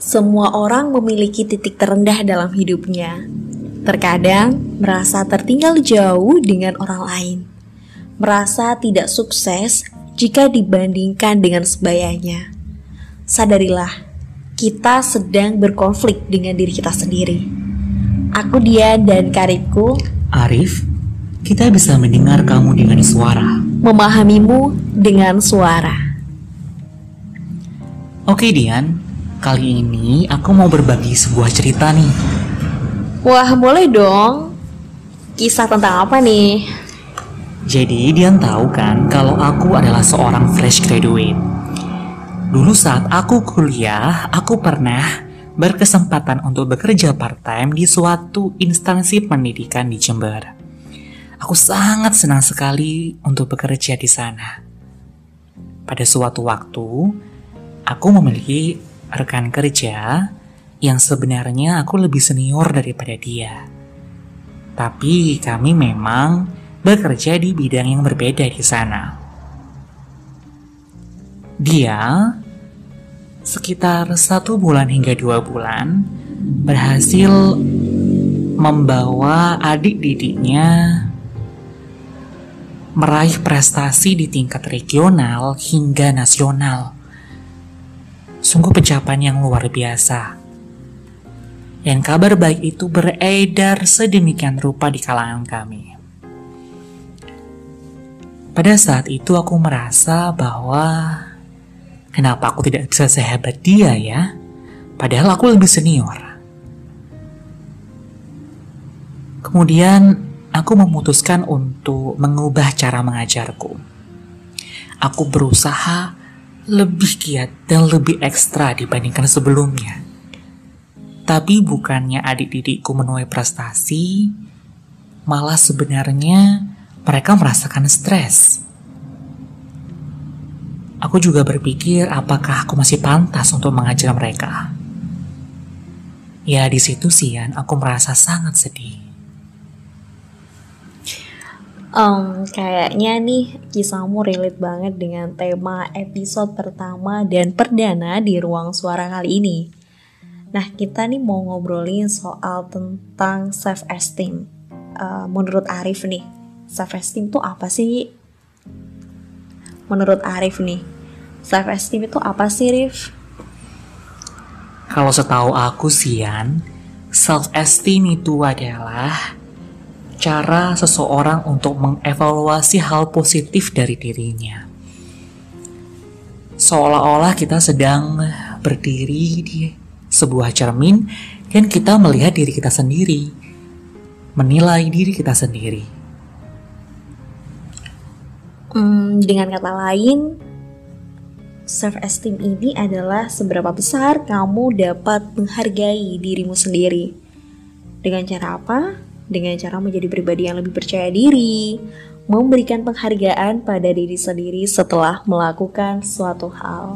Semua orang memiliki titik terendah dalam hidupnya. Terkadang merasa tertinggal jauh dengan orang lain. Merasa tidak sukses jika dibandingkan dengan sebayanya. Sadarilah, kita sedang berkonflik dengan diri kita sendiri. Aku Dian dan karibku Arif, kita bisa mendengar kamu dengan suara. memahamimu dengan suara. Oke Dian, kali ini aku mau berbagi sebuah cerita nih. Wah, boleh dong. Kisah tentang apa nih? Jadi Dian tahu kan kalau aku adalah seorang fresh graduate. Dulu saat aku kuliah, aku pernah berkesempatan untuk bekerja part-time di suatu instansi pendidikan di Jember. Aku sangat senang sekali untuk bekerja di sana. Pada suatu waktu, aku memiliki rekan kerja yang sebenarnya aku lebih senior daripada dia. Tapi kami memang bekerja di bidang yang berbeda di sana. Dia sekitar 1 bulan hingga 2 bulan berhasil membawa adik didiknya meraih prestasi di tingkat regional hingga nasional. Sungguh pencapaian yang luar biasa. Dan kabar baik itu beredar sedemikian rupa di kalangan kami. Pada saat itu aku merasa bahwa kenapa aku tidak bisa sehebat dia ya? Padahal aku lebih senior. Kemudian aku memutuskan untuk mengubah cara mengajarku. Aku berusaha lebih giat dan lebih ekstra dibandingkan sebelumnya. Tapi bukannya adik didikku menuai prestasi, malah sebenarnya mereka merasakan stres. Aku juga berpikir apakah aku masih pantas untuk mengajar mereka. Ya di situ sih aku merasa sangat sedih. Kayaknya nih kisahmu relate banget dengan tema episode pertama dan perdana di Ruang Suara kali ini. Nah, kita nih mau ngobrolin soal tentang self-esteem. Menurut Arif nih, self-esteem itu apa sih? Menurut Arif nih, self-esteem itu apa sih, Rif? Kalau setahu aku sih self-esteem itu adalah cara seseorang untuk mengevaluasi hal positif dari dirinya. Seolah-olah kita sedang berdiri di sebuah cermin dan kita melihat diri kita sendiri, menilai diri kita sendiri. Dengan kata lain, self-esteem ini adalah seberapa besar kamu dapat menghargai dirimu sendiri. Dengan cara apa? Dengan cara menjadi pribadi yang lebih percaya diri, memberikan penghargaan pada diri sendiri setelah melakukan suatu hal.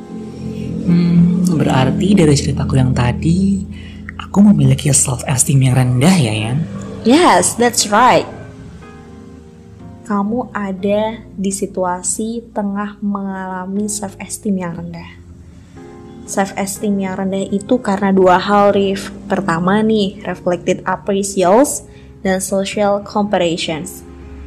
Berarti dari ceritaku yang tadi, aku memiliki self-esteem yang rendah ya, Yan? Yes, that's right. Kamu ada di situasi tengah mengalami self-esteem yang rendah. Self-esteem yang rendah itu karena 2 hal, Rif. Pertama nih, reflected appraisals dan social comparisons.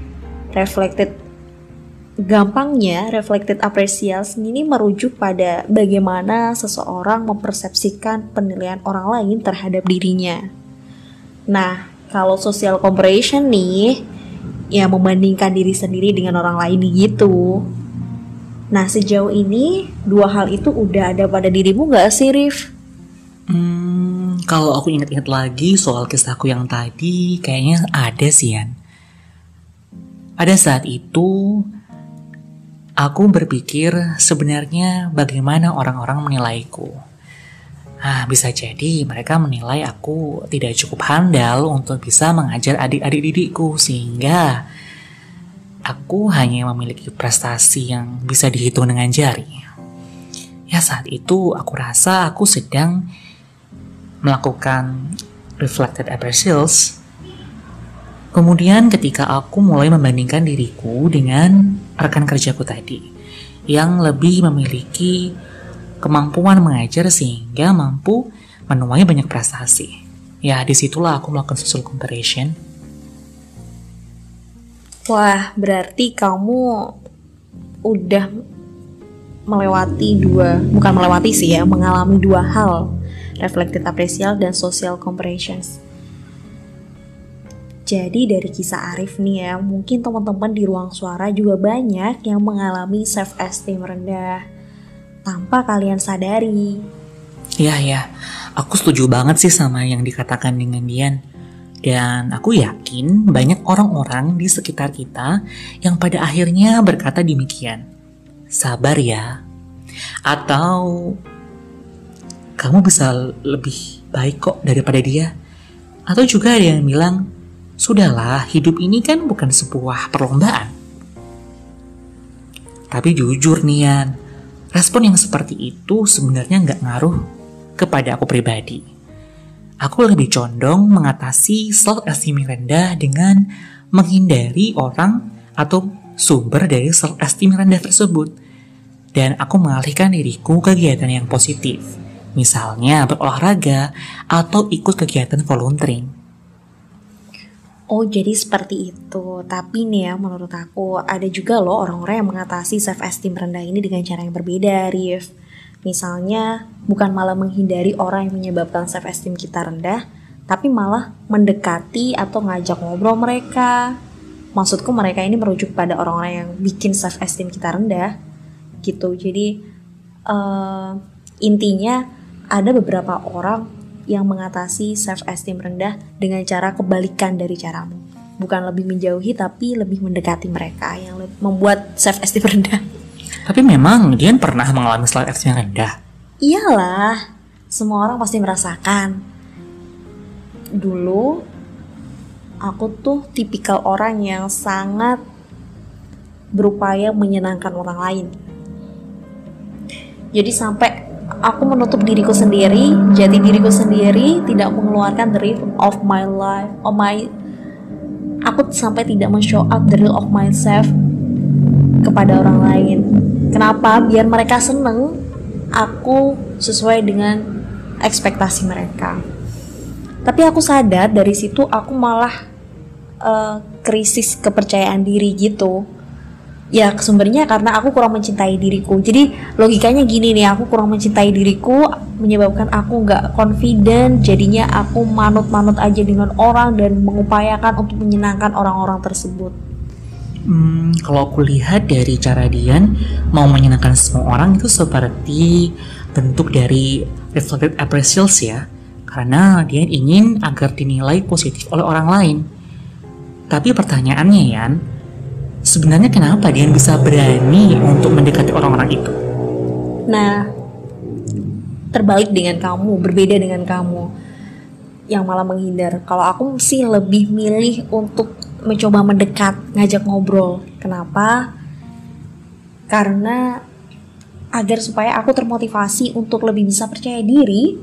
Gampangnya, reflected appraisals ini merujuk pada bagaimana seseorang mempersepsikan penilaian orang lain terhadap dirinya. Nah, kalau social comparison nih, ya membandingkan diri sendiri dengan orang lain gitu. Nah, sejauh ini 2 hal itu udah ada pada dirimu gak sih, Rif? Kalau aku ingat-ingat lagi soal kisahku yang tadi, kayaknya ada sih, Yan. Pada saat itu, aku berpikir sebenarnya bagaimana orang-orang menilaiku. Bisa jadi mereka menilai aku tidak cukup handal untuk bisa mengajar adik-adik didikku, sehingga aku hanya memiliki prestasi yang bisa dihitung dengan jari. Ya saat itu aku rasa aku sedang melakukan reflected appraisals. Kemudian ketika aku mulai membandingkan diriku dengan rekan kerjaku tadi yang lebih memiliki kemampuan mengajar sehingga mampu menuai banyak prestasi. Ya, disitulah aku melakukan social comparison. Wah, berarti kamu udah mengalami dua hal, reflected appraisal dan social comparisons. Jadi dari kisah Arif nih ya, mungkin teman-teman di ruang suara juga banyak yang mengalami self esteem rendah tanpa kalian sadari. Ya, aku setuju banget sih sama yang dikatakan dengan Dian. Dan aku yakin banyak orang-orang di sekitar kita yang pada akhirnya berkata demikian. Sabar ya. Atau kamu bisa lebih baik kok daripada dia. Atau juga ada yang bilang, sudahlah, hidup ini kan bukan sebuah perlombaan. Tapi jujur nih Yan, respon yang seperti itu sebenarnya nggak ngaruh kepada aku pribadi. Aku lebih condong mengatasi self-esteem rendah dengan menghindari orang atau sumber dari self-esteem rendah tersebut. Dan aku mengalihkan diriku ke kegiatan yang positif. Misalnya berolahraga atau ikut kegiatan volunteering. Oh, jadi seperti itu. Tapi nih ya, menurut aku ada juga loh orang-orang yang mengatasi self-esteem rendah ini dengan cara yang berbeda, Rif. Misalnya, bukan malah menghindari orang yang menyebabkan self-esteem kita rendah, tapi malah mendekati atau ngajak ngobrol mereka. Maksudku mereka ini merujuk pada orang-orang yang bikin self-esteem kita rendah, gitu. Jadi, intinya ada beberapa orang yang mengatasi self-esteem rendah dengan cara kebalikan dari caramu. Bukan lebih menjauhi, tapi lebih mendekati mereka yang membuat self-esteem rendah. Tapi memang Dian pernah mengalami self-esteem yang rendah. Iyalah, semua orang pasti merasakan. Dulu, aku tuh tipikal orang yang sangat berupaya menyenangkan orang lain. Jadi sampai aku menutup diriku sendiri, jati diriku sendiri, tidak mengeluarkan the real of my life, aku sampai tidak men-show up the real of myself kepada orang lain. Kenapa? Biar mereka seneng aku sesuai dengan ekspektasi mereka. Tapi aku sadar dari situ aku malah krisis kepercayaan diri gitu. Ya sumbernya karena aku kurang mencintai diriku. Jadi logikanya gini nih, aku kurang mencintai diriku menyebabkan aku gak confident. Jadinya aku manut-manut aja dengan orang dan mengupayakan untuk menyenangkan orang-orang tersebut. Kalau aku lihat dari cara Dian mau menyenangkan semua orang itu seperti bentuk dari reflected appraisals ya. Karena Dian ingin agar dinilai positif oleh orang lain. Tapi pertanyaannya Yan, sebenarnya kenapa Dian bisa berani untuk mendekati orang-orang itu? Nah, terbalik dengan kamu, berbeda dengan kamu yang malah menghindar. Kalau aku sih lebih milih untuk mencoba mendekat, ngajak ngobrol. Kenapa? Karena agar supaya aku termotivasi untuk lebih bisa percaya diri.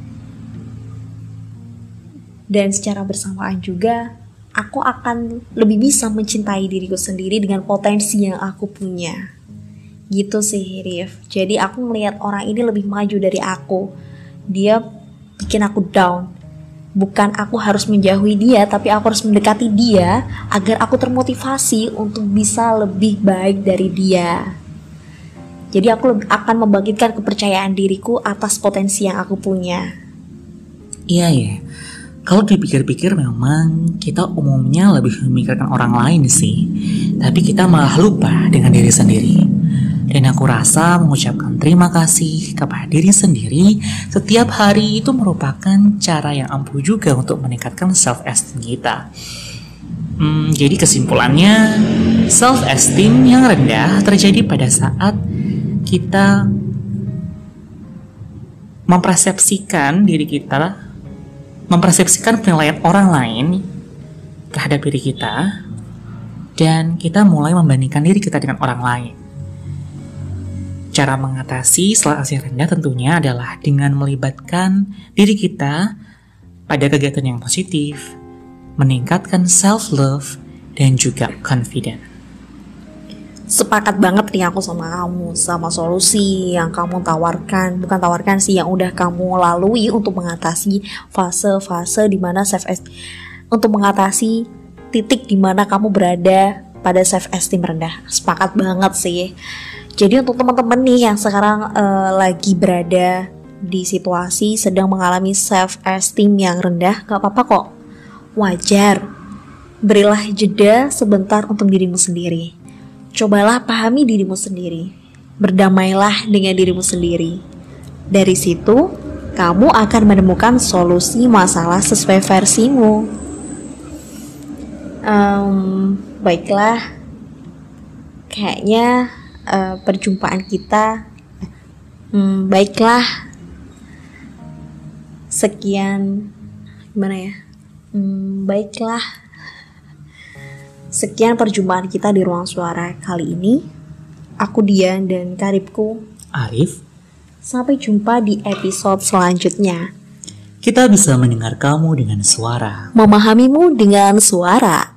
Dan secara bersamaan juga aku akan lebih bisa mencintai diriku sendiri dengan potensi yang aku punya. Gitu sih Rif. Jadi aku ngelihat orang ini lebih maju dari aku. Dia bikin aku down. Bukan aku harus menjauhi dia, tapi aku harus mendekati dia agar aku termotivasi untuk bisa lebih baik dari dia. Jadi aku akan membangkitkan kepercayaan diriku atas potensi yang aku punya. Iya ya. Kalau dipikir-pikir memang kita umumnya lebih memikirkan orang lain sih. Tapi kita malah lupa dengan diri sendiri. Dan aku rasa mengucapkan terima kasih kepada diri sendiri setiap hari itu merupakan cara yang ampuh juga untuk meningkatkan self-esteem kita. Jadi kesimpulannya, self-esteem yang rendah terjadi pada saat kita mempersepsikan diri kita, mempersepsikan penilaian orang lain terhadap diri kita, dan kita mulai membandingkan diri kita dengan orang lain. Cara mengatasi self-esteem rendah tentunya adalah dengan melibatkan diri kita pada kegiatan yang positif, meningkatkan self-love, dan juga confident. Sepakat banget nih aku sama kamu, sama solusi yang kamu tawarkan. Bukan tawarkan sih, yang udah kamu lalui untuk mengatasi fase-fase dimana untuk mengatasi titik dimana kamu berada pada self esteem rendah. Sepakat banget sih. Jadi untuk teman-teman nih yang sekarang lagi berada di situasi sedang mengalami self esteem yang rendah, gak apa-apa kok. Wajar. Berilah jeda sebentar untuk dirimu sendiri. Cobalah pahami dirimu sendiri. Berdamailah dengan dirimu sendiri. Dari situ, kamu akan menemukan solusi masalah sesuai versimu. Baiklah. Kayaknya perjumpaan kita baiklah. Sekian gimana ya? Baiklah. Sekian perjumpaan kita di Ruang Suara kali ini. Aku Dian dan karibku Arif. Sampai jumpa di episode selanjutnya. Kita bisa mendengar kamu dengan suara. Memahamimu dengan suara.